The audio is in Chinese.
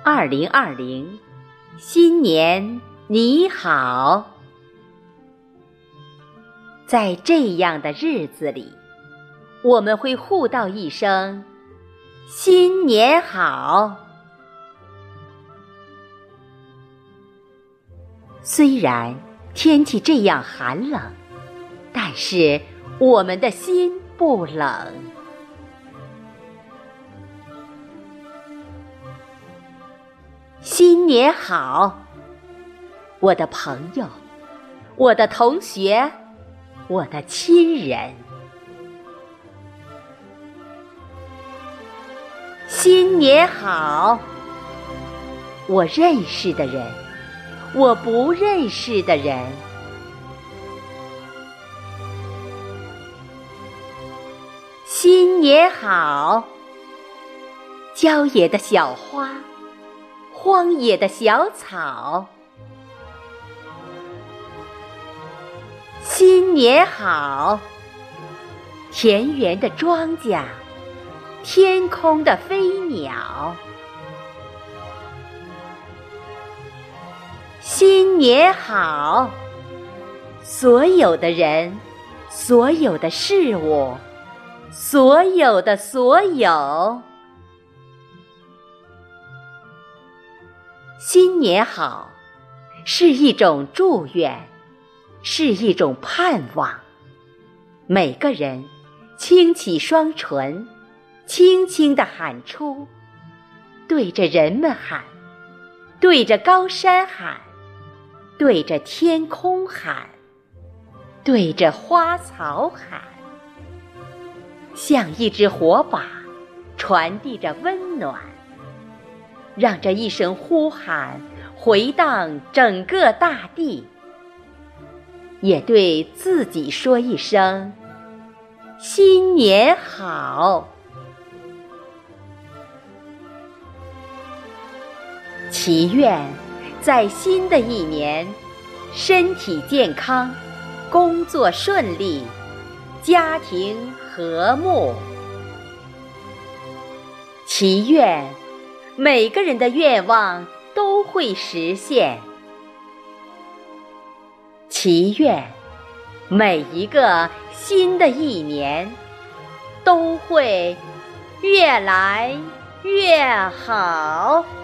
2020，新年你好！在这样的日子里，我们会互道一声新年好。虽然天气这样寒冷，但是我们的心不冷。新年好，我的朋友，我的同学，我的亲人。新年好，我认识的人，我不认识的人。新年好，郊野的小花，荒野的小草。新年好，田园的庄稼，天空的飞鸟。新年好，所有的人，所有的事物，所有的所有。新年好，是一种祝愿，是一种盼望。每个人轻启双唇，轻轻地喊出，对着人们喊，对着高山喊，对着天空喊，对着花草喊，像一支火把，传递着温暖，让这一声呼喊回荡整个大地，也对自己说一声新年好。祈愿在新的一年，身体健康，工作顺利，家庭和睦。祈愿每个人的愿望都会实现。祈愿每一个新的一年都会越来越好。